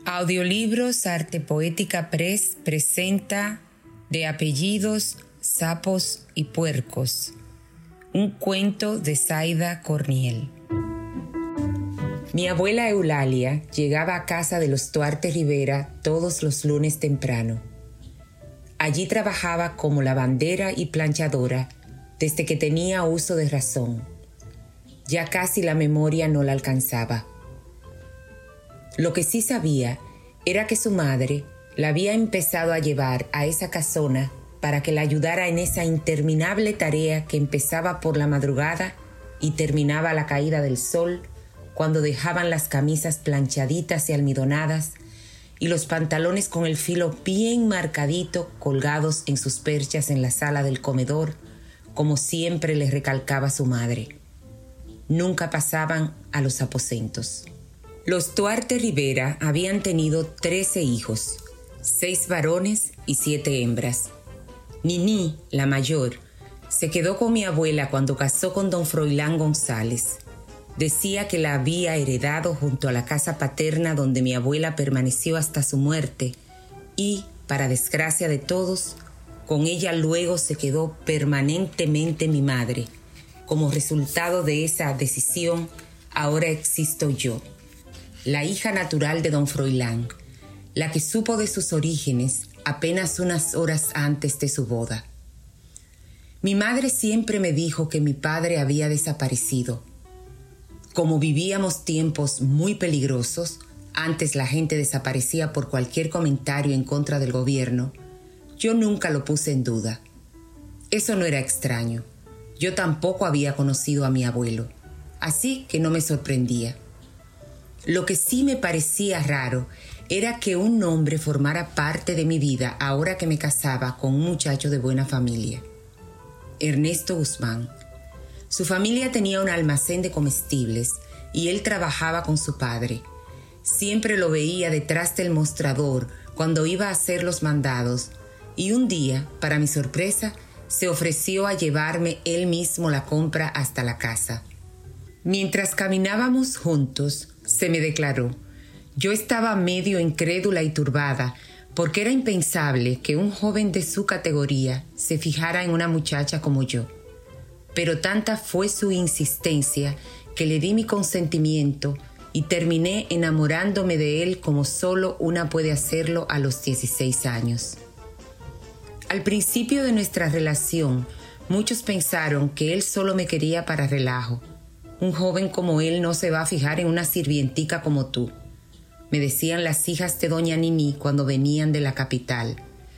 Audiolibros Arte Poética Press presenta De apellidos, sapos y puercos, un cuento de Zaida Corniel. Mi abuela Eulalia llegaba a casa de los Duarte Rivera todos los lunes temprano. Allí trabajaba como lavandera y planchadora desde que tenía uso de razón. Ya casi la memoria no la alcanzaba. Lo que sí sabía era que su madre la había empezado a llevar a esa casona para que la ayudara en esa interminable tarea que empezaba por la madrugada y terminaba a la caída del sol, cuando dejaban las camisas planchaditas y almidonadas y los pantalones con el filo bien marcadito colgados en sus perchas en la sala del comedor, como siempre les recalcaba su madre. Nunca pasaban a los aposentos. Los Duarte Rivera habían tenido 13 hijos, 6 varones y 7 hembras. Niní, la mayor, se quedó con mi abuela cuando casó con don Froilán González. Decía que la había heredado junto a la casa paterna donde mi abuela permaneció hasta su muerte y, para desgracia de todos, con ella luego se quedó permanentemente mi madre. Como resultado de esa decisión, ahora existo yo, la hija natural de don Froilán, la que supo de sus orígenes apenas unas horas antes de su boda. Mi madre siempre me dijo que mi padre había desaparecido. Como vivíamos tiempos muy peligrosos, antes la gente desaparecía por cualquier comentario en contra del gobierno, yo nunca lo puse en duda. Eso no era extraño. Yo tampoco había conocido a mi abuelo, así que no me sorprendía. Lo que sí me parecía raro era que un hombre formara parte de mi vida ahora que me casaba con un muchacho de buena familia. Ernesto Guzmán. Su familia tenía un almacén de comestibles y él trabajaba con su padre. Siempre lo veía detrás del mostrador cuando iba a hacer los mandados y un día, para mi sorpresa, se ofreció a llevarme él mismo la compra hasta la casa. Mientras caminábamos juntos, se me declaró. Yo estaba medio incrédula y turbada, porque era impensable que un joven de su categoría se fijara en una muchacha como yo. Pero tanta fue su insistencia que le di mi consentimiento y terminé enamorándome de él como solo una puede hacerlo a los 16 años. Al principio de nuestra relación, muchos pensaron que él solo me quería para relajo. Un joven como él no se va a fijar en una sirvientica como tú, me decían las hijas de doña Niní cuando venían de la capital.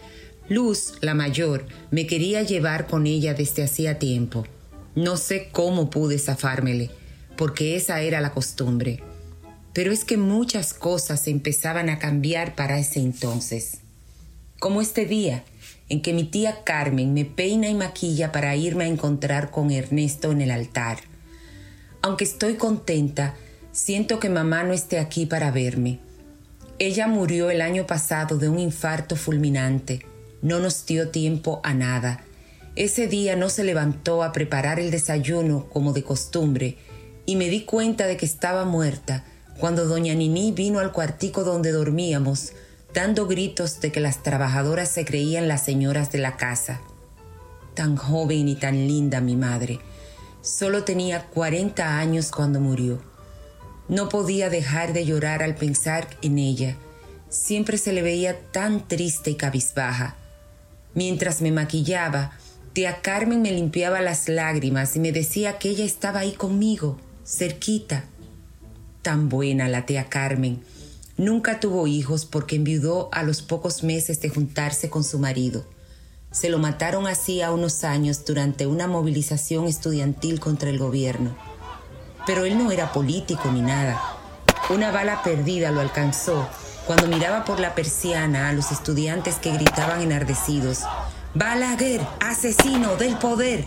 Luz, la mayor, me quería llevar con ella desde hacía tiempo. No sé cómo pude zafármele, porque esa era la costumbre. Pero es que muchas cosas empezaban a cambiar para ese entonces. Como este día, en que mi tía Carmen me peina y maquilla para irme a encontrar con Ernesto en el altar. Aunque estoy contenta, siento que mamá no esté aquí para verme. Ella murió el año pasado de un infarto fulminante. No nos dio tiempo a nada. Ese día no se levantó a preparar el desayuno como de costumbre y me di cuenta de que estaba muerta cuando doña Niní vino al cuartico donde dormíamos, dando gritos de que las trabajadoras se creían las señoras de la casa. Tan joven y tan linda mi madre. Solo tenía 40 años cuando murió. No podía dejar de llorar al pensar en ella. Siempre se le veía tan triste y cabizbaja. Mientras me maquillaba, tía Carmen me limpiaba las lágrimas y me decía que ella estaba ahí conmigo, cerquita. Tan buena la tía Carmen. Nunca tuvo hijos porque enviudó a los pocos meses de juntarse con su marido. Se lo mataron hacía unos años durante una movilización estudiantil contra el gobierno. Pero él no era político ni nada. Una bala perdida lo alcanzó cuando miraba por la persiana a los estudiantes que gritaban enardecidos: «Balaguer, asesino del poder».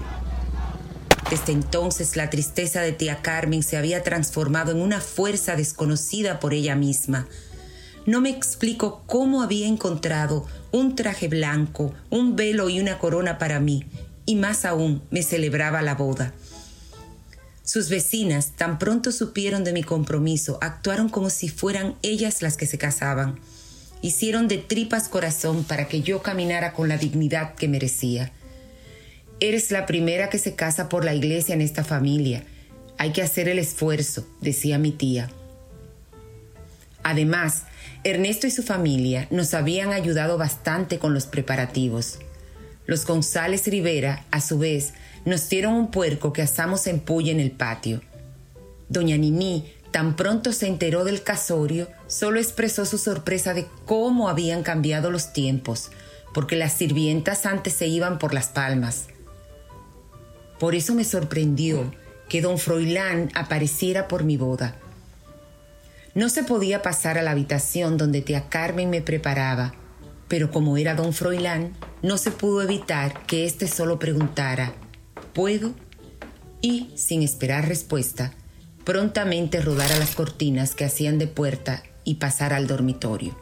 Desde entonces la tristeza de tía Carmen se había transformado en una fuerza desconocida por ella misma. No me explico cómo había encontrado un traje blanco, un velo y una corona para mí, y más aún me celebraba la boda. Sus vecinas, tan pronto supieron de mi compromiso, actuaron como si fueran ellas las que se casaban. Hicieron de tripas corazón para que yo caminara con la dignidad que merecía. Eres la primera que se casa por la iglesia en esta familia. Hay que hacer el esfuerzo, decía mi tía. Además, Ernesto y su familia nos habían ayudado bastante con los preparativos. Los González Rivera, a su vez, nos dieron un puerco que asamos en puya en el patio. Doña Niní, tan pronto se enteró del casorio, solo expresó su sorpresa de cómo habían cambiado los tiempos, porque las sirvientas antes se iban por las palmas. Por eso me sorprendió que don Froilán apareciera por mi boda. No se podía pasar a la habitación donde tía Carmen me preparaba, pero como era don Froilán, no se pudo evitar que éste solo preguntara ¿puedo? Y, sin esperar respuesta, prontamente rodara las cortinas que hacían de puerta y pasara al dormitorio.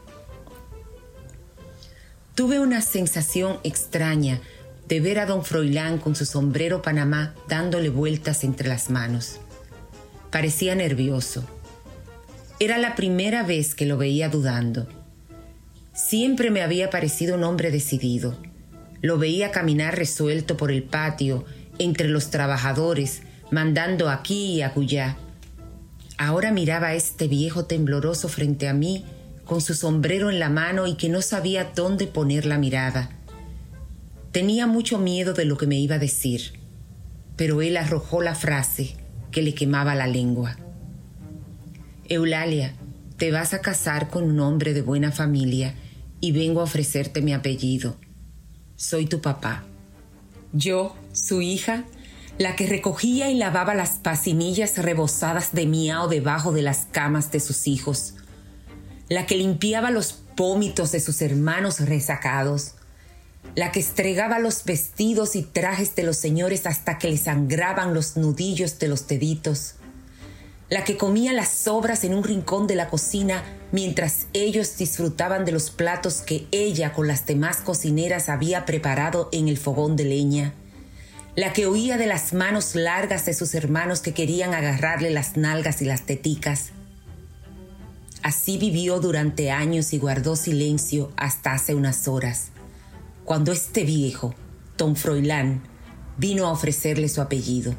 Tuve una sensación extraña de ver a don Froilán con su sombrero panamá dándole vueltas entre las manos. Parecía nervioso. Era la primera vez que lo veía dudando. Siempre me había parecido un hombre decidido. Lo veía caminar resuelto por el patio, entre los trabajadores, mandando aquí y acullá. Ahora miraba a este viejo tembloroso frente a mí, con su sombrero en la mano y que no sabía dónde poner la mirada. Tenía mucho miedo de lo que me iba a decir, pero él arrojó la frase que le quemaba la lengua. Eulalia, te vas a casar con un hombre de buena familia y vengo a ofrecerte mi apellido. Soy tu papá. Yo, su hija, la que recogía y lavaba las pacinillas rebosadas de miau debajo de las camas de sus hijos, la que limpiaba los vómitos de sus hermanos resacados, la que estregaba los vestidos y trajes de los señores hasta que les sangraban los nudillos de los deditos, la que comía las sobras en un rincón de la cocina mientras ellos disfrutaban de los platos que ella con las demás cocineras había preparado en el fogón de leña, la que oía de las manos largas de sus hermanos que querían agarrarle las nalgas y las teticas. Así vivió durante años y guardó silencio hasta hace unas horas, cuando este viejo, don Froilán, vino a ofrecerle su apellido.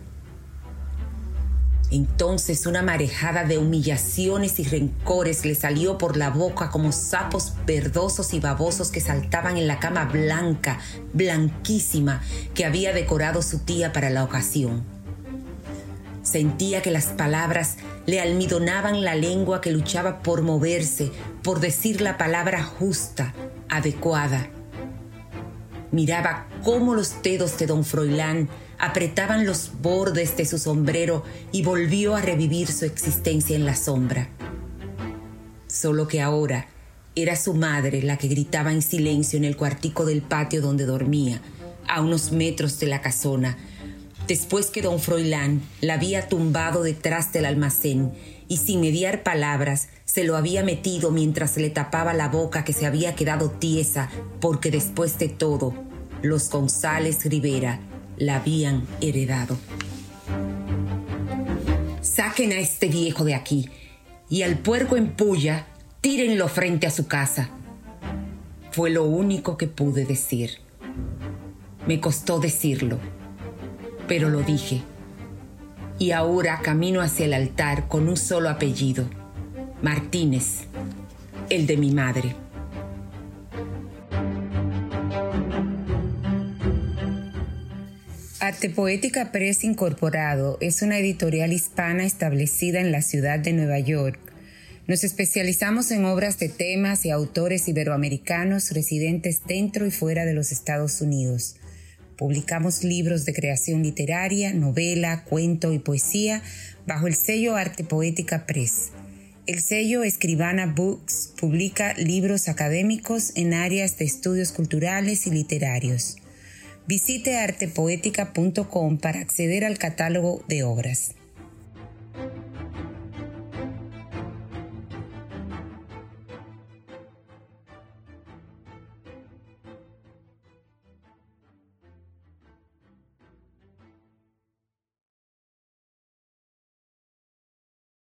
Entonces una marejada de humillaciones y rencores le salió por la boca como sapos verdosos y babosos que saltaban en la cama blanca, blanquísima, que había decorado su tía para la ocasión. Sentía que las palabras le almidonaban la lengua que luchaba por moverse, por decir la palabra justa, adecuada. Miraba cómo los dedos de don Froilán apretaban los bordes de su sombrero y volvió a revivir su existencia en la sombra. Solo que ahora era su madre la que gritaba en silencio en el cuartico del patio donde dormía, a unos metros de la casona, después que don Froilán la había tumbado detrás del almacén y sin mediar palabras se lo había metido mientras le tapaba la boca que se había quedado tiesa porque después de todo los González Rivera la habían heredado. Saquen a este viejo de aquí y al puerco en puya tírenlo frente a su casa. Fue lo único que pude decir. Me costó decirlo, pero lo dije. Y ahora camino hacia el altar con un solo apellido, Martínez, el de mi madre. Arte Poética Press Incorporado es una editorial hispana establecida en la ciudad de Nueva York. Nos especializamos en obras de temas y autores iberoamericanos residentes dentro y fuera de los Estados Unidos. Publicamos libros de creación literaria, novela, cuento y poesía bajo el sello Arte Poética Press. El sello Escribana Books publica libros académicos en áreas de estudios culturales y literarios. Visite artepoética.com para acceder al catálogo de obras.